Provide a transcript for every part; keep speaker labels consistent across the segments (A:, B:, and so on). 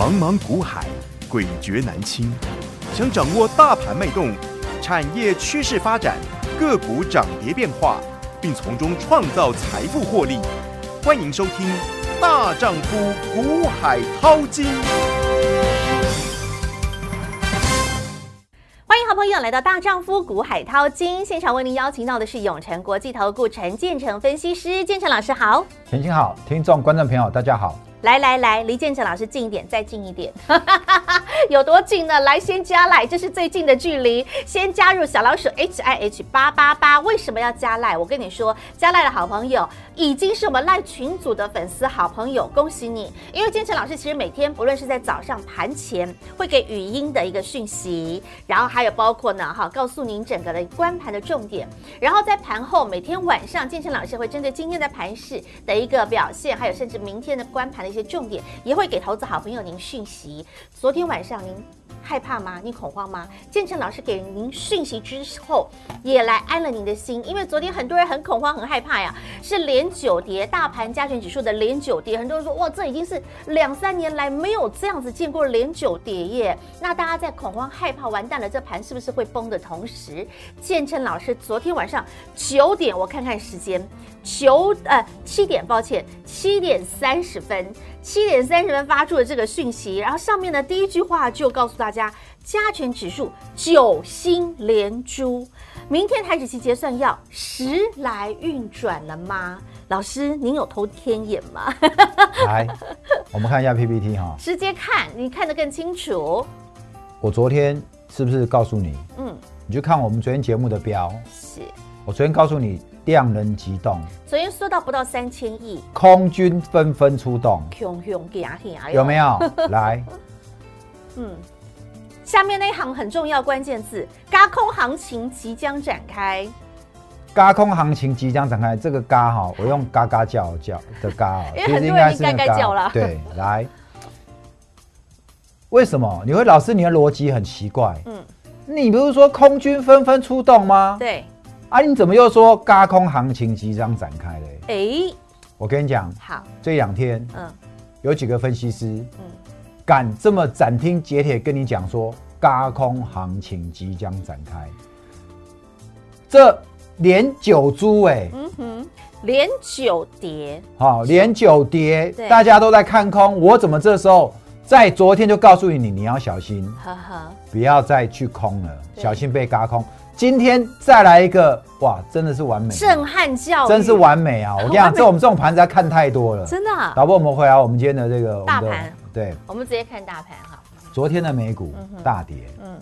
A: 茫茫股海，诡谲难清。想掌握大盘脉动、产业趋势发展、个股涨跌变化，并从中创造财富获利，欢迎收听《大丈夫股海淘金》。
B: 欢迎好朋友来到大丈夫股海淘金现场，为您邀请到的是永诚国际投顾陈建成分析师，建成老师好。
C: 前情好，听众观众朋友大家好。
B: 来，离建成老师近一点，再近一点，有多近呢？来，先加赖，这是最近的距离。先加入小老鼠 HIH888，为什么要加赖？我跟你说，加赖的好朋友已经是我们赖群组的粉丝好朋友，恭喜你！因为建成老师其实每天不论是在早上盘前会给语音的一个讯息，然后还有包括呢告诉您整个的观盘的重点，然后在盘后每天晚上建成老师会针对今天的盘势的一个表现，还有甚至明天的观盘的一些重点，也会给投资好朋友您讯息。昨天晚上您害怕吗？你恐慌吗？建成老师给您讯息之后，也来安了您的心，因为昨天很多人很恐慌、很害怕呀，是连9跌，大盘加权指数的连9跌，很多人说哇，这已经是2、3年来没有这样子见过连9跌耶。那大家在恐慌、害怕，完蛋了，这盘是不是会崩的同时，建成老师昨天晚上9点，我看看时间，7点，7点30分。7点30分发出的这个讯息，然后上面的第一句话就告诉大家，加权指数9星连珠，明天台指期结算要时来运转了吗？老师，您有偷天眼吗？
C: 来，我们看一下 PPT 哈，
B: 直接看，你看得更清楚。
C: 我昨天是不是告诉你？你就看我们昨天节目的标，
B: 是
C: 我昨天告诉你。量能急动，
B: 昨天说到不到3000亿，
C: 空军纷纷出动，有没有？来，
B: 下面那一行很重要关键字，轧空行情即将展开。
C: 轧空行情即将展开，这个轧哈，我用嘎嘎叫的轧，
B: 因为很多人应该叫了。
C: 对，来，为什么？你会老师，你的逻辑很奇怪。你不是说空军纷纷出动吗？
B: 对。
C: 你怎么又说轧空行情即将展开嘞？我跟你讲，
B: 好，
C: 这2天，有几个分析师，敢这么斩钉截铁跟你讲说轧空行情即将展开，这连9株
B: 连9跌，
C: 连9跌，大家都在看空，我怎么这时候在昨天就告诉你，你要小心，不要再去空了，小心被轧空。今天再来一个，哇，真的是完美，
B: 震撼教育，
C: 真是完美啊！我跟你讲，我们这种盘子要看太多了，
B: 真的。
C: 导播，我们回来我们今天的这个
B: 大盘，
C: 对，
B: 我们直接看大盘哈。
C: 昨天的美股大跌，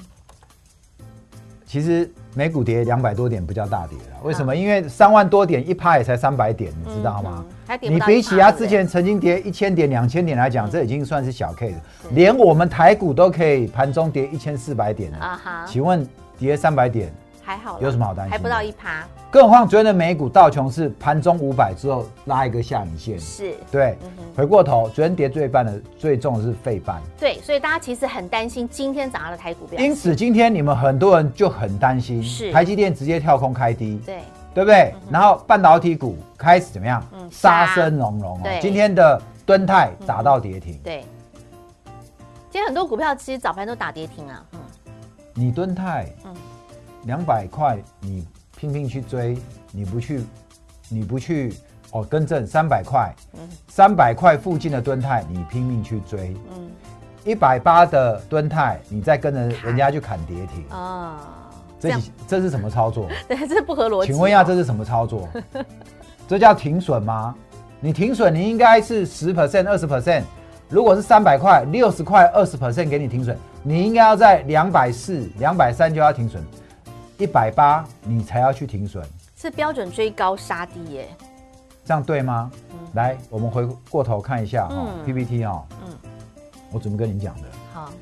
C: 其实美股跌200多点不叫大跌了，为什么？因为3万多点，1%也才300点，你知道吗？你比起之前曾经跌1000点、2000点来讲，这已经算是小 K 了。连我们台股都可以盘中跌1400点了，请问跌300点？
B: 还好，
C: 有什么好担心？
B: 还不到1%，
C: 更何况昨天的美股道琼是盘中500之后拉一个下影线，
B: 是
C: 对。回过头，昨天跌最重的是费半，
B: 对，所以大家其实很担心今天早上的台股表现。
C: 因此今天你们很多人就很担心，
B: 是
C: 台积电直接跳空开低，
B: 对
C: 不对？然后半导体股开始怎么样？杀声隆隆哦。今天的敦泰打到跌停，
B: 对。今天很多股票其实早盘都打跌停啊，
C: 你敦泰，200块你拼命去追，你不去更正300块，300块附近的敦泰你拼命去追，180的敦泰你再跟着人家去砍跌停这是什么操作？
B: 对，这是不合逻辑。
C: 请问一下，这是什么操作？这叫停损吗？你停损，你应该是10% 20%，如果是300块60块20% 给你停损，你应该要在240、230就要停损。180你才要去停损，
B: 是标准追高杀低耶，
C: 这样对吗？来，我们回过头看一下PPT 我怎么跟你讲的？
B: 好，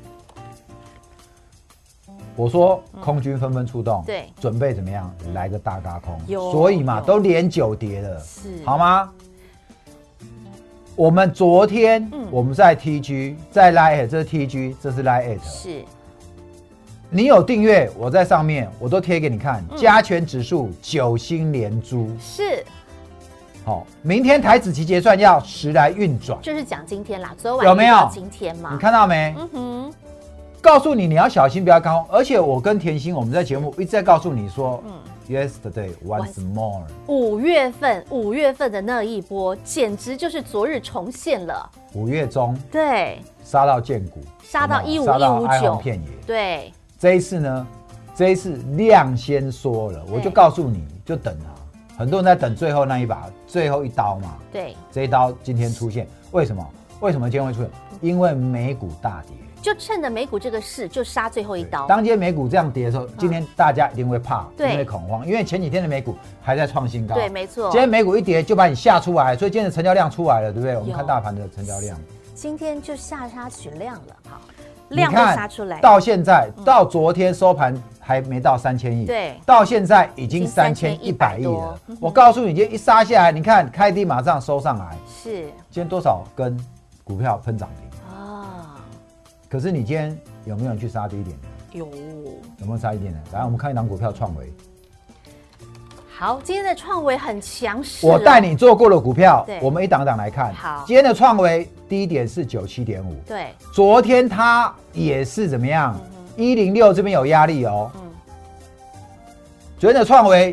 C: 我说空军纷纷出动，
B: 对，
C: 准备怎么样？来个大轧空，
B: 有，
C: 所以嘛，都连9跌了，
B: 是
C: 好吗？我们昨天我们在 TG 在 Line， 这是 TG， 这是 Line，
B: 是。
C: 你有订阅，我在上面我都贴给你看，加权指数9星连珠，
B: 是，
C: 好，明天台指期结算要时来运转，
B: 就是讲今天啦，昨晚
C: 有没有
B: 今天嘛？
C: 你看到没？告诉你要小心，不要高空。而且我跟甜心，我们在节目一直在告诉你说，yesterday once more。
B: 五月份的那一波，简直就是昨日重现了。
C: 5月中，
B: 对，
C: 杀到建股，
B: 杀到15159，
C: 杀到哀鸿遍野。
B: 对，
C: 这一次呢，量先缩了，我就告诉你，就等啊。很多人在等最后那一把，最后一刀嘛。
B: 对，
C: 这一刀今天出现，为什么？为什么今天会出现？因为美股大跌。就
B: 趁着美股这个事，就杀最后一刀。
C: 当今天美股这样跌的时候，今天大家一定会怕，一定会恐慌，因为前几天的美股还在创新高。
B: 对，没错。
C: 今天美股一跌就把你吓出来，所以今天的成交量出来了，对不对？我们看大盘的成交量，
B: 今天就下杀取量了，好，量都杀出来。
C: 到现在，到昨天收盘还没到3000亿，
B: 对，
C: 到现在已经3100亿了。我告诉你，今天一杀下来，你看开低马上收上来，
B: 是。
C: 今天多少根股票喷涨停？可是你今天有没有人去杀低点？有没有杀低点呢？来，我们看一档股票创维。
B: 好，今天的创维很强势。
C: 我带你做过的股票，我们一档档来看。
B: 好，
C: 今天的创维低点是97.5。对，昨天它也是怎么样？106这边有压力哦。昨天的创维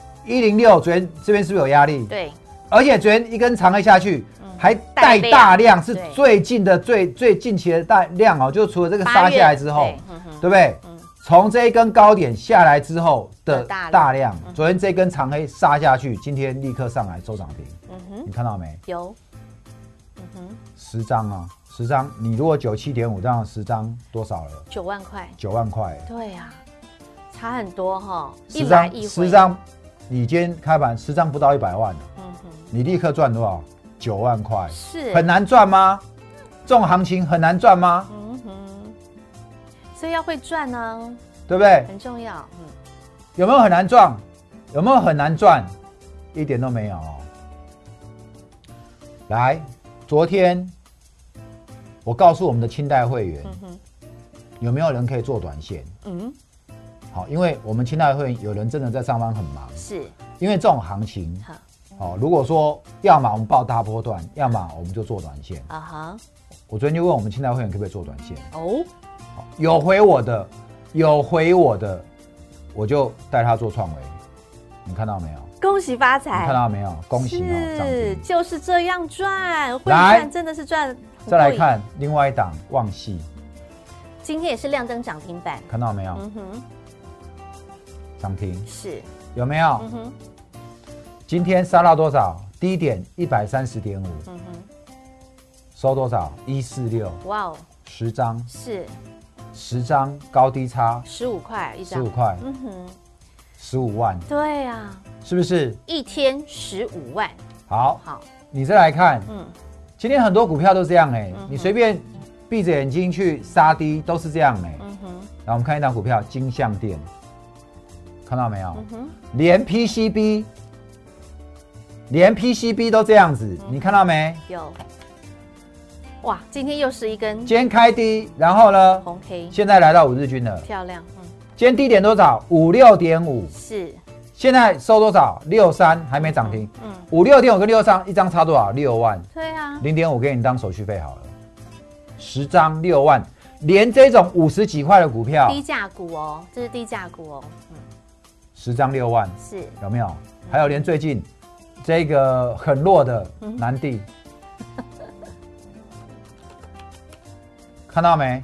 C: 106，昨天这边是不是有压力？对，而且昨天一根长黑下去。还带大量，是最近的最近期的大量哦，就除了这个杀下来之后，对不对？从这一根高点下来之后的大量，昨天这根长黑杀下去，今天立刻上来收涨停。你看到没？有。10张啊，10张，你如果97.5，这样10张多少了
B: ？9万块。
C: 9万块。
B: 对呀，差很多哈。
C: 10张，你今天开盘10张不到100万，你立刻赚多少？9万块，是很难赚吗？这种行情很难赚吗？
B: 所以要会赚呢，
C: 对不对？
B: 很重要。
C: 有没有很难赚？有没有很难赚？一点都没有。来，昨天我告诉我们的清代会员，有没有人可以做短线？好，因为我们清代会员有人真的在上班很忙，是因为这种行情。如果说要么我们报大波段，要么我们就做短线。我昨天就问我们清代会员可不可以做短线。有回我的，我就带他做创维。你看到没有？
B: 恭喜发财！
C: 你看到没有？恭喜哦！
B: 是，就是这样赚，会赚真的是赚。
C: 再来看另外一档旺矽，
B: 今天也是亮灯涨停板，
C: 看到没有？涨停
B: 是
C: 有没有？今天杀到多少？低点130.5，收多少？146。哇哦，10张是10张，高低差
B: 15块一张
C: ，15块，15万。
B: 对呀，
C: 是不是？
B: 一天15万。
C: 好，你再来看，今天很多股票都这样你随便闭着眼睛去杀低都是这样然后我们看一档股票，金像电，看到没有？连 PCB 都这样子，你看到没？
B: 有。哇，今天又是一根。
C: 今天开低，然后呢？
B: 红 K。
C: 现在来到5日均了。
B: 漂亮。
C: 今天低点多少？56.5。
B: 是。
C: 现在收多少？63，还没涨停。56.5跟63一张差多少？6万。
B: 对啊。
C: 0.5给你当手续费好了。10张6万，连这种50几块的股票，
B: 低价股哦，这是低价股哦。
C: 10张6万，
B: 是
C: 有没有？还有连最近这个很弱的南地，看到没？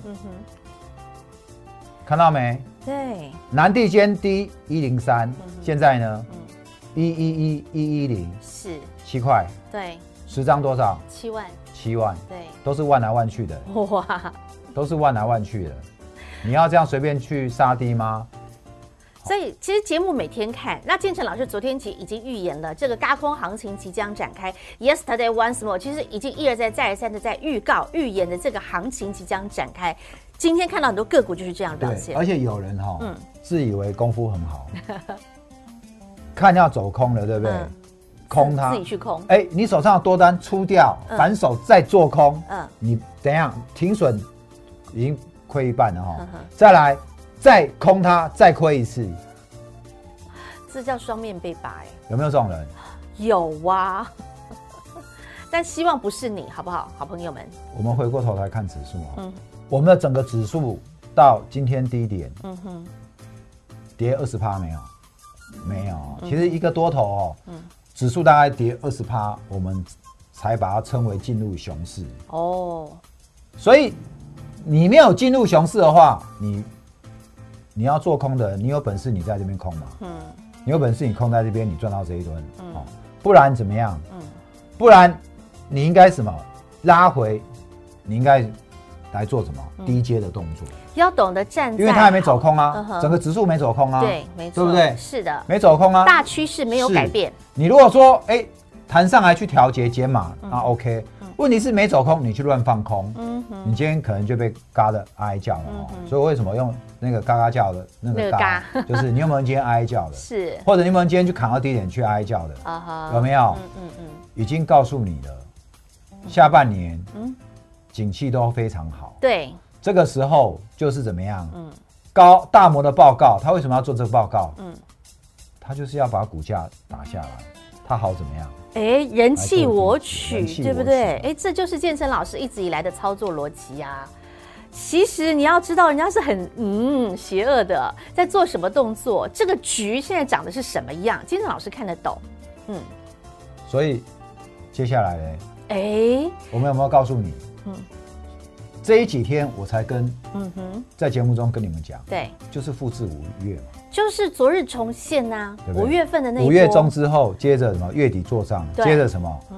C: 看到没？
B: 对，
C: 南地先低103，现在呢110，
B: 是
C: 7块，
B: 对
C: ，10张多少
B: ？7万
C: ，7万，
B: 对，
C: 都是万来万去的，哇，都是万来万去的，你要这样随便去杀低吗？
B: 所以其实节目每天看，那建成老师昨天其实已经预言了，这个轧空行情即将展开。Yesterday once more， 其实已经一而再再而三的在预言的这个行情即将展开。今天看到很多个股就是这样表现，
C: 而且有人自以为功夫很好，看要走空了，对不对？空它，
B: 自己去空。
C: 你手上的多单出掉，反手再做空，你怎样停损已经亏一半了再来。再空它，再亏一次，
B: 这叫双面被拔
C: 有没有这种人？
B: 有啊，但希望不是你，好不好，好朋友们？
C: 我们回过头来看指数哦，我们的整个指数到今天低点，跌20%没有？没有，其实一个多头哦，指数大概跌20%，我们才把它称为进入熊市哦。所以你没有进入熊市的话，你要做空的人，你有本事你在这边空嘛？你有本事你空在这边，你赚到这一吨，不然怎么样？不然你应该什么拉回？你应该来做什么低阶的动作？
B: 要懂得站在，
C: 因为它还没走空啊，整个指数没走空啊，
B: 对，没错，
C: 对不对？
B: 是的，
C: 没走空啊，
B: 大趋势没有改变。
C: 你如果说弹上来去调节减码，那 OK。问题是没走空，你去乱放空，你今天可能就被嘎的哀叫了哦。所以为什么用那个嘎嘎叫的那个嘎，就是你有没有今天哀叫的？是，或者你有没有今天去砍到低点去哀叫的？有没有？已经告诉你了，下半年景气都非常好。对，这个时候就是怎么样？大摩的报告，他为什么要做这个报告？他就是要把股价打下来，他好怎么样？
B: 人气我取，对不对？这就是建成老师一直以来的操作逻辑啊。其实你要知道，人家是很邪恶的，在做什么动作，这个局现在长的是什么样，建成老师看得懂。
C: 所以接下来呢？我们有没有告诉你？这几天我才跟在节目中跟你们讲，对，就是复制5月嘛。
B: 就是昨日重现呐，5月份的那一波
C: ，5月中之后，接着什么月底做账，接着什么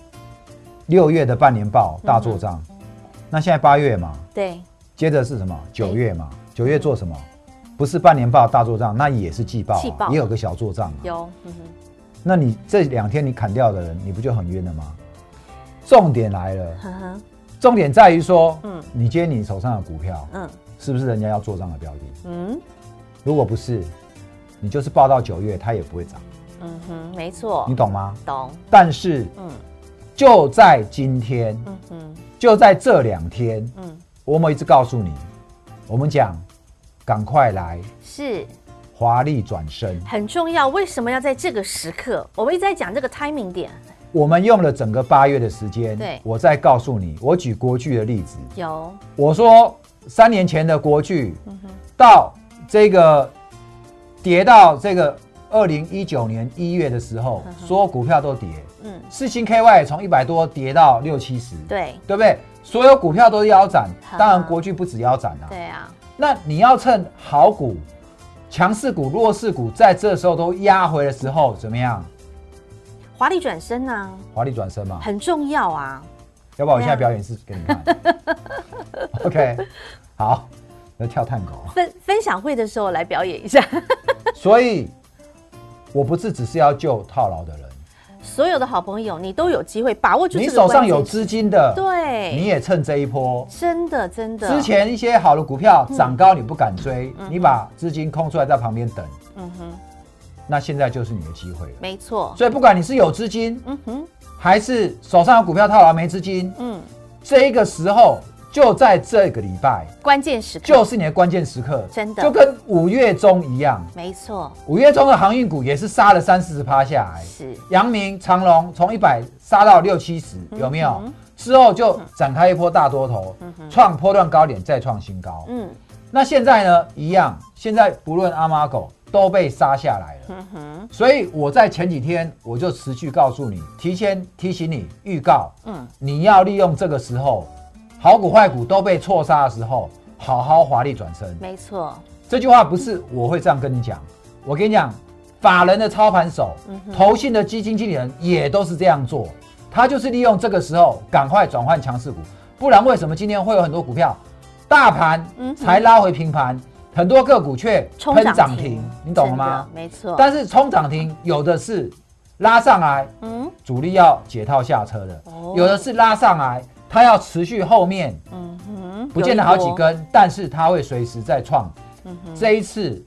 C: ，6月的半年报大做账，那现在8月嘛，对，接着是什么？9月嘛，9月做什么？不是半年报大做账，那也是季报，也有个小做账，有，那你这2天你砍掉的人，你不就很冤了吗？重点来了，重点在于说，你今天你手上的股票，是不是人家要做账的标的？如果不是，你就是报到9月，它也不会涨。没错，你懂吗？懂。但是，就在今天，就在这2天，我们一直告诉你，我们讲，赶快来，是华丽转身，很重要。为什么要在这个时刻？我们一直在讲这个 timing 点。我们用了整个8月的时间，对，我再告诉你，我举国巨的例子，有，我说3年前的国巨，到这个跌到这个2019年1月的时候，所有股票都跌，世芯 KY 从100多跌到60-70，对，对不对？所有股票都腰斩，当然国巨不止腰斩啊，对啊。那你要趁好股、强势股、弱势股在这时候都压回的时候，怎么样？华丽转身啊！华丽转身嘛，很重要啊。要不然我现在表演是给你看。OK， 好。要跳探狗分享会的时候来表演一下。所以我不是只是要救套牢的人，所有的好朋友你都有机会把握住这个关键。你手上有资金的，对，你也趁这一波，真的真的。之前一些好的股票涨高你不敢追，你把资金空出来在旁边等，那现在就是你的机会了。没错。所以不管你是有资金，还是手上有股票套牢没资金，这一个时候。就在这个礼拜，关键时刻就是你的关键时刻，真的就跟5月中一样，没错。5月中的航运股也是杀了30-40%下来，是阳明、长荣从100杀到60-70%，有没有？之后就展开一波大多头，创波段高点，再创新高。那现在呢，一样，现在不论阿猫狗都被杀下来了。所以我在前几天我就持续告诉你，提前提醒你，预告，你要利用这个时候。好股坏股都被错杀的时候，好好华丽转身。没错，这句话不是我会这样跟你讲，我跟你讲，法人的操盘手、投信的基金经理人也都是这样做，他就是利用这个时候赶快转换强势股，不然为什么今天会有很多股票，大盘才拉回平盘，很多个股却喷涨停，你懂了吗？没错，但是冲涨停有的是拉上来，主力要解套下车的，有的是拉上来。它要持续后面，不见得好几根，但是它会随时再创，这一次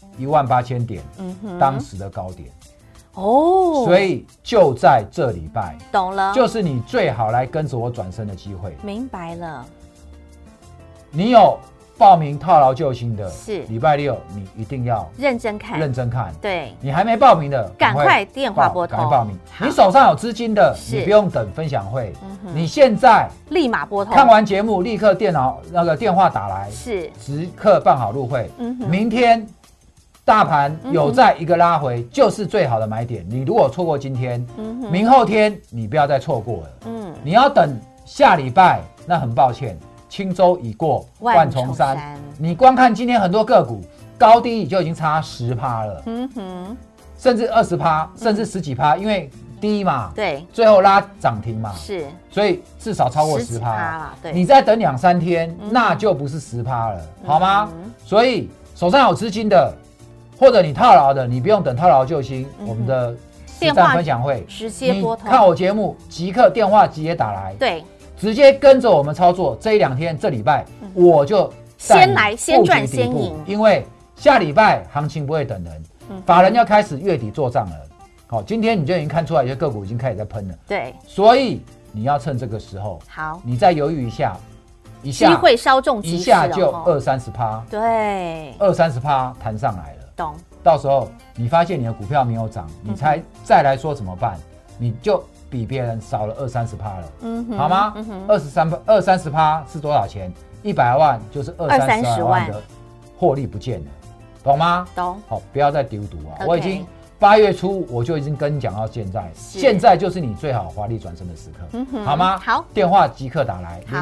C: 18000点，当时的高点，哦，所以就在这礼拜，懂了，就是你最好来跟着我转身的机会，明白了。你有报名套牢救星的，
B: 是
C: 礼拜六你一定要
B: 认真看，
C: 认真看。
B: 对，
C: 你还没报名的，
B: 赶快电话拨通，
C: 赶快报名。
B: 好
C: 你手上有资金的，
B: 是
C: 你不用等分享会，你现在
B: 立马拨通，
C: 看完节目立刻电话打来，
B: 是
C: 即刻办好入会。
B: 嗯哼
C: 明天大盘有在一个拉回，就是最好的买点。你如果错过今天，明后天你不要再错过了。你要等下礼拜，那很抱歉，轻舟已过万重山。你光看今天很多个股高低就已经差10%了，甚至20%，甚至十几%，因为低嘛，
B: 对，
C: 最后拉涨停嘛，
B: 是，
C: 所以至少超过
B: 10%啦，对，
C: 你再等2-3天，那就不是10%了，好吗？所以手上有资金的，或者你套牢的，你不用等套牢救星，我们的实战分享会
B: 直接拨通，
C: 看我节目即刻电话直接打来，
B: 对，
C: 直接跟着我们操作。这1-2天，这礼拜我就
B: 先来先赚先赢，
C: 因为下礼拜行情不会等人，法人要开始月底做账了。好，今天你就已经看出来，有些个股已经开始在喷了。
B: 对，
C: 所以你要趁这个时候，
B: 好，
C: 你再犹豫一下，
B: 机会稍纵即逝，
C: 一下就20-30%，
B: 对
C: ，20-30%弹上来了。
B: 懂。
C: 到时候你发现你的股票没有涨，你再来说怎么办？你就比别人少了20-30%了，好吗？20-30%是多少钱？100万就是20-30万的获利不见了，懂吗？
B: 懂。
C: 好，不要再丢赌啊！我已经8月初我就已经跟你讲到现在，现在就是你最好华丽转身的时刻，好吗？
B: 好，
C: 电话即刻打来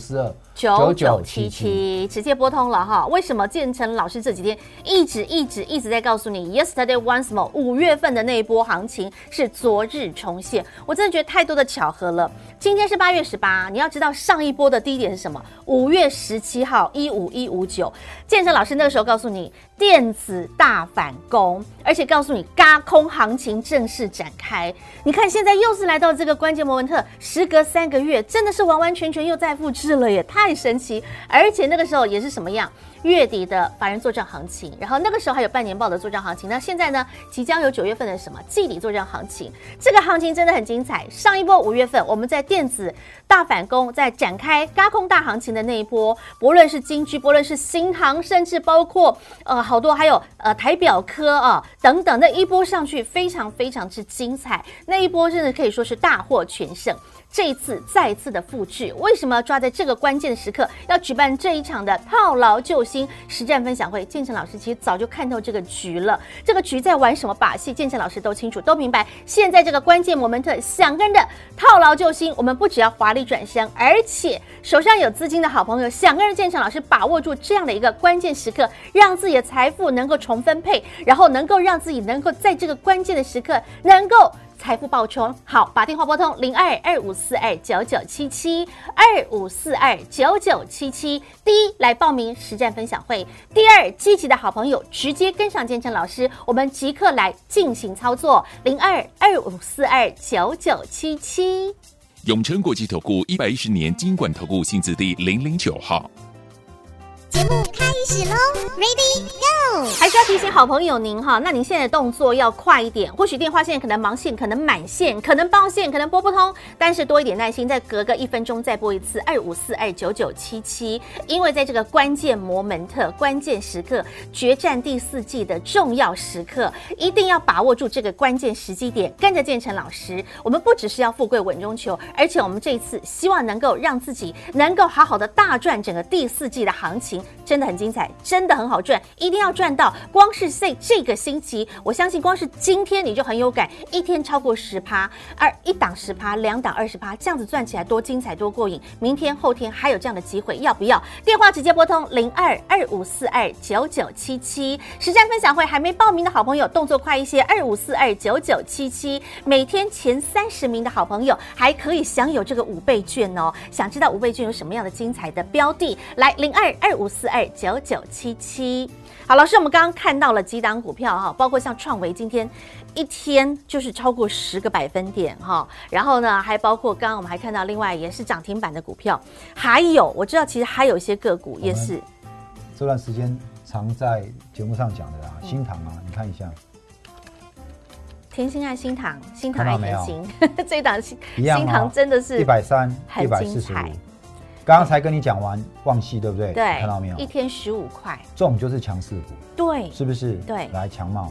C: 0225429977，
B: 直接拨通了哈。为什么建成老师这几天一直在告诉你 ，Yesterday once more， 5月份的那一波行情是昨日重现？我真的觉得太多的巧合了。今天是8月18，你要知道上一波的低点是什么？5月17号15159，建成老师那个时候告诉你电子大反攻，而且告诉你軋空行情正式展开。你看现在又是来到这个关键摩门特，时隔3个月，真的是完完全全又再复制了耶，太神奇！而且那个时候也是什么样？月底的法人作账行情，然后那个时候还有半年报的作账行情。那现在呢，即将有9月份的什么季底作账行情，这个行情真的很精彩。上一波5月份我们在电子大反攻，在展开軋空大行情的那一波，不论是金居，不论是新航，甚至包括好多还有台表科啊等等，那一波上去非常非常之精彩，那一波真的可以说是大获全胜。这一次再一次的复制，为什么要抓在这个关键的时刻要举办这一场的套牢救星实战分享会？建成老师其实早就看透这个局了，这个局在玩什么把戏，建成老师都清楚都明白。现在这个关键摩门特想跟着套牢救星，我们不只要华丽转身，而且手上有资金的好朋友想跟着建成老师把握住这样的一个关键时刻，让自己的财富能够重分配，然后能够让自己能够在这个关键的时刻能够财富爆冲。好，把电话拨通0225429977，25429977。第一，来报名实战分享会；第二，积极的好朋友直接跟上建成老师，我们即刻来进行操作。0225429977。
D: 永诚国际投顾110年金管投顾新字第009号。
E: 节目开始喽 ，Ready Go！
B: 还是要提醒好朋友您哈，那您现在的动作要快一点。或许电话线可能忙线，可能满线，可能爆线，可能拨不通，但是多一点耐心，再隔个1分钟再拨一次25429977。因为在这个关键摩门特关键时刻，决战第4季的重要时刻，一定要把握住这个关键时机点，跟着建成老师，我们不只是要富贵稳中求，而且我们这一次希望能够让自己能够好好的大赚整个第4季的行情。真的很精彩，真的很好赚，一定要赚到。光是这个星期，我相信光是今天你就很有感，一天超过10%，而一档10%，两档20%，这样子赚起来多精彩多过瘾。明天后天还有这样的机会，要不要？电话直接拨通0225429977。实战分享会还没报名的好朋友，动作快一些，25429977。每天前30名的好朋友还可以享有这个5倍券哦。想知道5倍券有什么样的精彩的标的？来0225429977。好，老师，我们刚刚看到了几档股票哈，包括像创维今天一天就是超过10个百分点哈，然后呢，还包括刚刚我们还看到另外也是涨停板的股票，还有我知道其实还有一些个股也是
C: 这段时间常在节目上讲的啦，新唐啊，你看一下。
B: 甜心爱新唐，新唐爱甜心，这一档新
C: 一样
B: 新唐真的是
C: 130、
B: 很精彩。
C: 刚刚才跟你讲完旺系，对不对？
B: 对，
C: 看到没有？
B: 一天15块，
C: 这种就是强势股，
B: 对，
C: 是不是？
B: 对
C: 来强茂，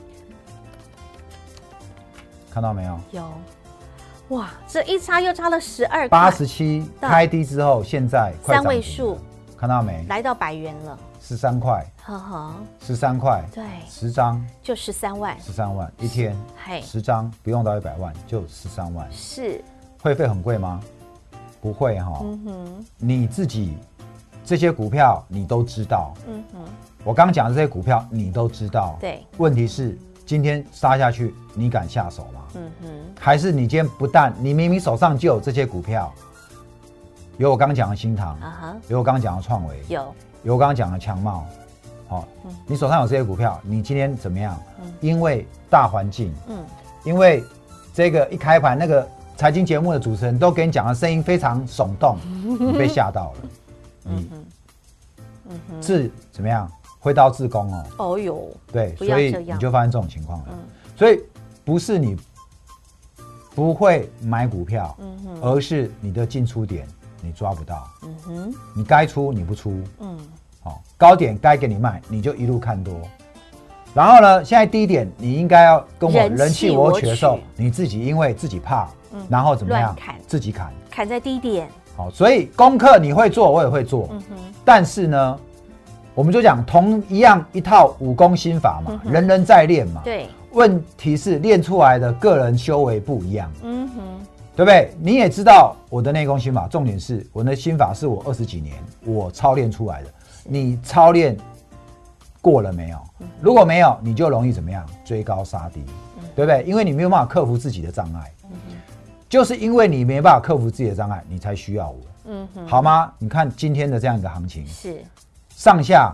C: 看到没有？
B: 有，哇，这一差又差了12块，
C: 87开低之后，现在快
B: 3位
C: 涨停了
B: 数，
C: 看到没？
B: 来到100元了，
C: 13块
B: 呵呵，
C: ，13块，
B: 对，
C: 10张
B: 就13万，
C: 13万一天
B: 嘿，
C: ，10张不用到100万就13万，
B: 是，
C: 会费很贵吗？不会哈，
B: 嗯哼，
C: 你自己这些股票你都知道，
B: 嗯哼，
C: 我刚讲的这些股票你都知道，
B: 对，
C: 问题是今天杀下去，你敢下手吗？
B: 嗯哼，
C: 还是你今天不但你明明手上就有这些股票，有我刚刚讲的新唐，
B: 啊哈，
C: 有我刚刚讲的创维，
B: 有，
C: 有我刚刚讲的强茂，好，你手上有这些股票，你今天怎么样？因为大环境，因为这个一开盘那个财经节目的主持人都给你讲的声音非常耸动，你被吓到了，你自怎么样？挥刀自宫哦。
B: 哦哟，
C: 对，
B: 不要
C: 所以
B: 这样
C: 你就发生这种情况了。所以不是你不会买股票，而是你的进出点你抓不到。你该出你不出，好，高点该给你卖，你就一路看多。然后呢，现在低点你应该要跟我人气我取的时候，你自己因为自己怕，然后怎么样？自己砍，
B: 砍在低点。
C: 好，所以功课你会做，我也会做。但是呢，我们就讲同一样一套武功心法嘛，人人在练嘛。
B: 对。
C: 问题是练出来的个人修为不一样。对不对？你也知道我的内功心法，重点是我的心法是我20几年我操练出来的。你操练过了没有？如果没有，你就容易怎么样？追高杀低，对不对？因为你没有办法克服自己的障碍，就是因为你没办法克服自己的障碍，你才需要我，好吗？你看今天的这样一个行情，是上下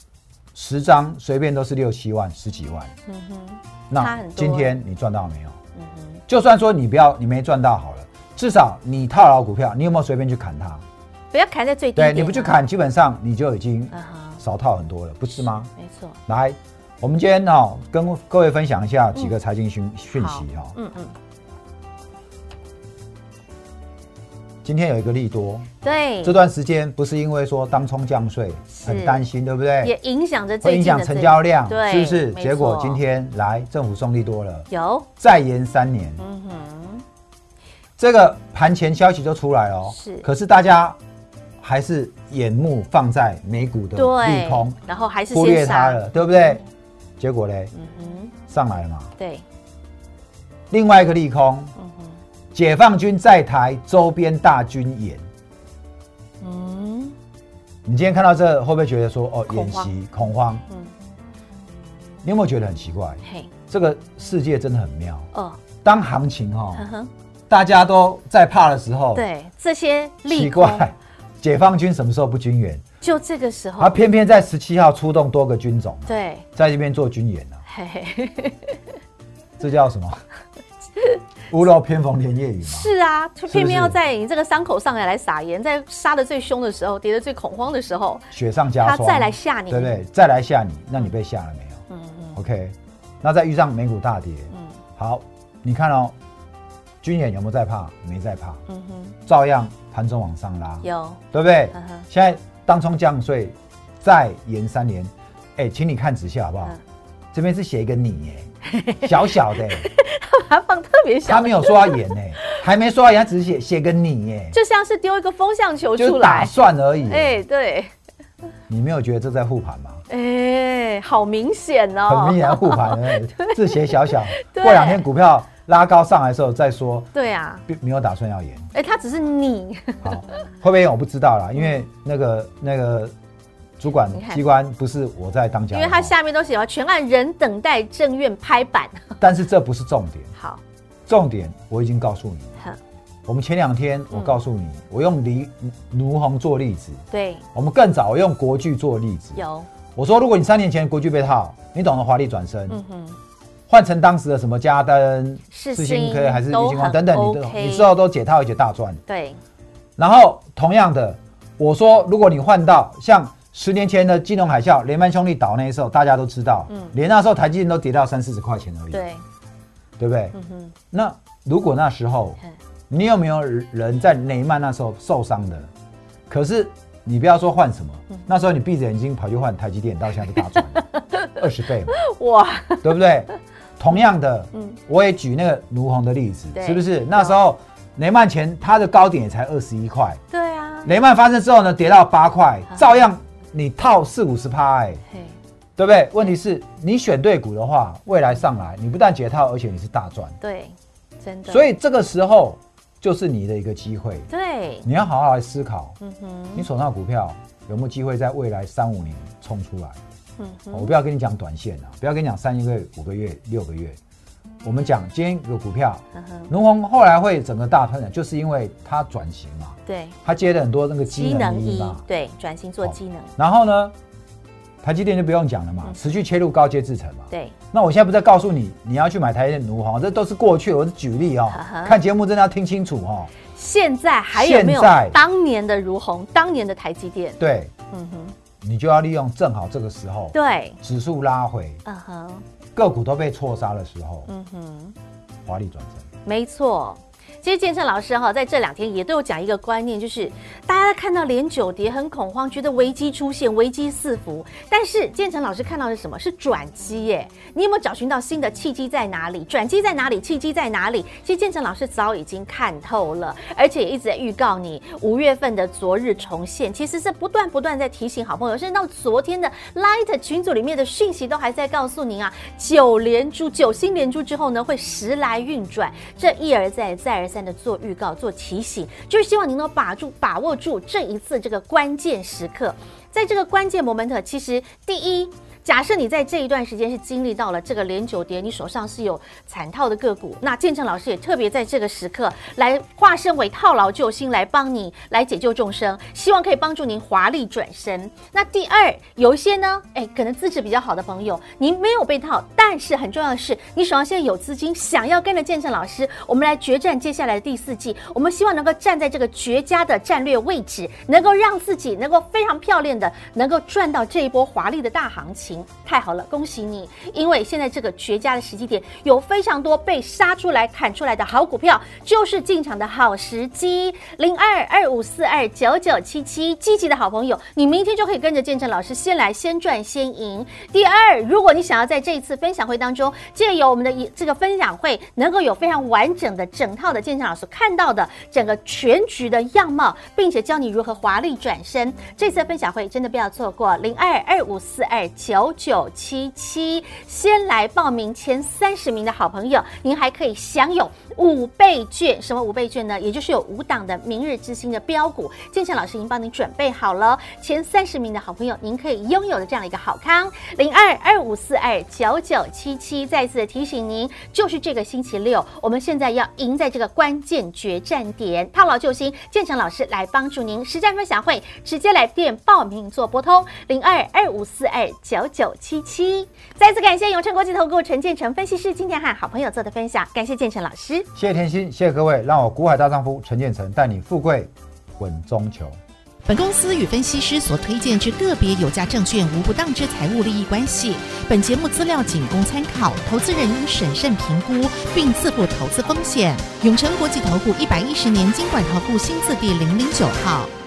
C: 10张随便都是6、7万、10几万，那今天你赚到没有？就算说你没赚到好了，至少你套牢股票，你有没有随便去砍它？
B: 不要砍在最低点。
C: 对，你不去砍，基本上你就已经少套很多了，不是吗？
B: 没错。
C: 来，我们今天跟各位分享一下几个财经讯息哈。今天有一个利多，
B: 对，
C: 这段时间不是因为说当冲降税很担心，对不对？
B: 也影响着
C: 会影响成交量，
B: 对，
C: 是不是？结果今天来政府送利多了，
B: 有
C: 再延3年，这个盘前消息就出来了，是，可是大家还是眼目放在美股的利空，
B: 然后还是
C: 忽略它了，对不对？结果嘞，上来了嘛，
B: 对。
C: 另外一个利空，解放军在台周边大军演，你今天看到这会不会觉得说演习恐慌？你有没有觉得很奇怪？这个世界真的很妙。当行情大家都在怕的时候，
B: 对这些
C: 奇怪，解放军什么时候不军演？
B: 就这个时候，
C: 他偏偏在17号出动多个军种，
B: 对，
C: 在这边做军演呢。这叫什么？屋漏偏逢连夜雨嘛。
B: 是啊，偏偏要在你这个伤口上来撒盐，在杀得最凶的时候，跌得最恐慌的时候，
C: 雪上加霜，
B: 他再来吓你，
C: 对不对？再来吓你，那你被吓了没有？OK， 那再遇上美股大跌，好，你看军演有没有在怕？没在怕，照样盘中往上拉，
B: 有，
C: 对不对？现在当冲降税再延3年，请你看仔细好不好？这边是写一个你小小的，
B: 他放特别小，
C: 他没有说要演还没说要演，他只是写个你
B: 就像是丢一个风向球出来，
C: 就打算而已。
B: 对，
C: 你没有觉得这在护盘吗？
B: 好明显哦，
C: 很明显护盘字写小小，过2天股票拉高上来的时候再说。
B: 对啊，
C: 没有打算要演。
B: 他只是你。
C: 好，会不会演我不知道啦，因为那个主管机关不是我在当家，
B: 因为他下面都写了全案人等待政院拍板。
C: 但是这不是重点。
B: 好，
C: 重点我已经告诉你了。我们前2天我告诉你，我用卢鸿做例子。对，我们更早用国巨做例子。有，我说如果你3年前国巨被套，你懂得华丽转身，换成当时的什么嘉登、世新科还是玉金光等等，你之后都解套一解大赚。对，然后同样的，我说如果你换到像10年前的金融海啸，雷曼兄弟倒那时候，大家都知道，连那时候台积电都跌到30-40块钱而已，对不对？那如果那时候你有没有人在雷曼那时候受伤的， 可是你不要说换什么，那时候你闭着眼睛跑去换台积电，到现在都大赚了20倍嘛，
B: 哇，
C: 对不对？同样的，我也举那个卢鸿的例子，是不是？那时候雷曼前它的高点也才21块，
B: 对啊，
C: 雷曼发生之后呢，跌到8块，照样你套40-50%，对不对？问题是你选对股的话，未来上来你不但解套，而且你是大赚，
B: 对，真的。
C: 所以这个时候就是你的一个机会，
B: 对，
C: 你要好好来思考，你手上的股票有没有机会在未来3-5年冲出来？我不要跟你讲短线啊，不要跟你讲3个月、5个月、6个月，我们讲今天有股票，卢鸿后来会整个大翻转，就是因为它转型嘛，
B: 对，
C: 它接了很多那个机能衣嘛，
B: 对，转型做机能。
C: 然后呢，台积电就不用讲了嘛，持续切入高阶制程嘛，
B: 对。
C: 那我现在不是在告诉你，你要去买台积电、卢鸿，这都是过去，我是举例哦，看节目真的要听清楚哦。
B: 现在还有没有当年的如鸿，当年的台积电？
C: 对，你就要利用正好这个时候，
B: 对，
C: 指数拉回，个股都被错杀的时候，华丽转身，
B: 没错。其实建成老师在这2天也都有讲一个观念，就是大家看到连9跌很恐慌，觉得危机出现，危机四伏。但是建成老师看到的是什么？是转机耶！你有没有找寻到新的契机在哪里？转机在哪里？契机在哪里？其实建成老师早已经看透了，而且也一直在预告你5月份的昨日重现，其实是不断在提醒好朋友，甚至到昨天的 Light 群组里面的讯息都还在告诉您啊，9星连珠之后呢，会时来运转，这一而再再而三的做预告、做提醒，就是希望您能把握住这一次这个关键时刻。在这个关键 moment， 其实第一，假设你在这一段时间是经历到了这个连9跌，你手上是有惨套的个股，那建成老师也特别在这个时刻来化身为套牢救星，来帮你来解救众生，希望可以帮助您华丽转身。那第二，有一些呢，可能资质比较好的朋友，您没有被套，但是很重要的是，你手上现在有资金，想要跟着建成老师，我们来决战接下来的第4季，我们希望能够站在这个绝佳的战略位置，能够让自己能够非常漂亮的能够赚到这一波华丽的大行情。太好了，恭喜你！因为现在这个绝佳的时机点，有非常多被杀出来、砍出来的好股票，就是进场的好时机。02-2542-9977，积极的好朋友，你明天就可以跟着建成老师先来先赚先赢。第二，如果你想要在这一次分享会当中，借由我们的这个分享会，能够有非常完整的整套的建成老师看到的整个全局的样貌，并且教你如何华丽转身，这次的分享会真的不要错过。02-2542-9977，先来报名前30名的好朋友，您还可以享有5倍券。什么5倍券呢？也就是有5档的明日之星的标股，建成老师已经帮您准备好了。前30名的好朋友，您可以拥有的这样的一个好康。02-2542-9977，再次的提醒您，就是这个星期六，我们现在要赢在这个关键决战点，套牢救星，建成老师来帮助您。实战分享会直接来电报名做拨通02-2542-9977。再次感谢永诚国际投顾陈建成分析师今天和好朋友做的分享，感谢建成老师，
C: 谢谢甜心，谢谢各位，让我股海大丈夫陈建成带你富贵稳中求。
F: 本公司与分析师所推荐之个别有价证券无不当之财务利益关系。本节目资料仅供参考，投资人应审慎评估并自负投资风险。永诚国际投顾110年金管投顾新字第009号。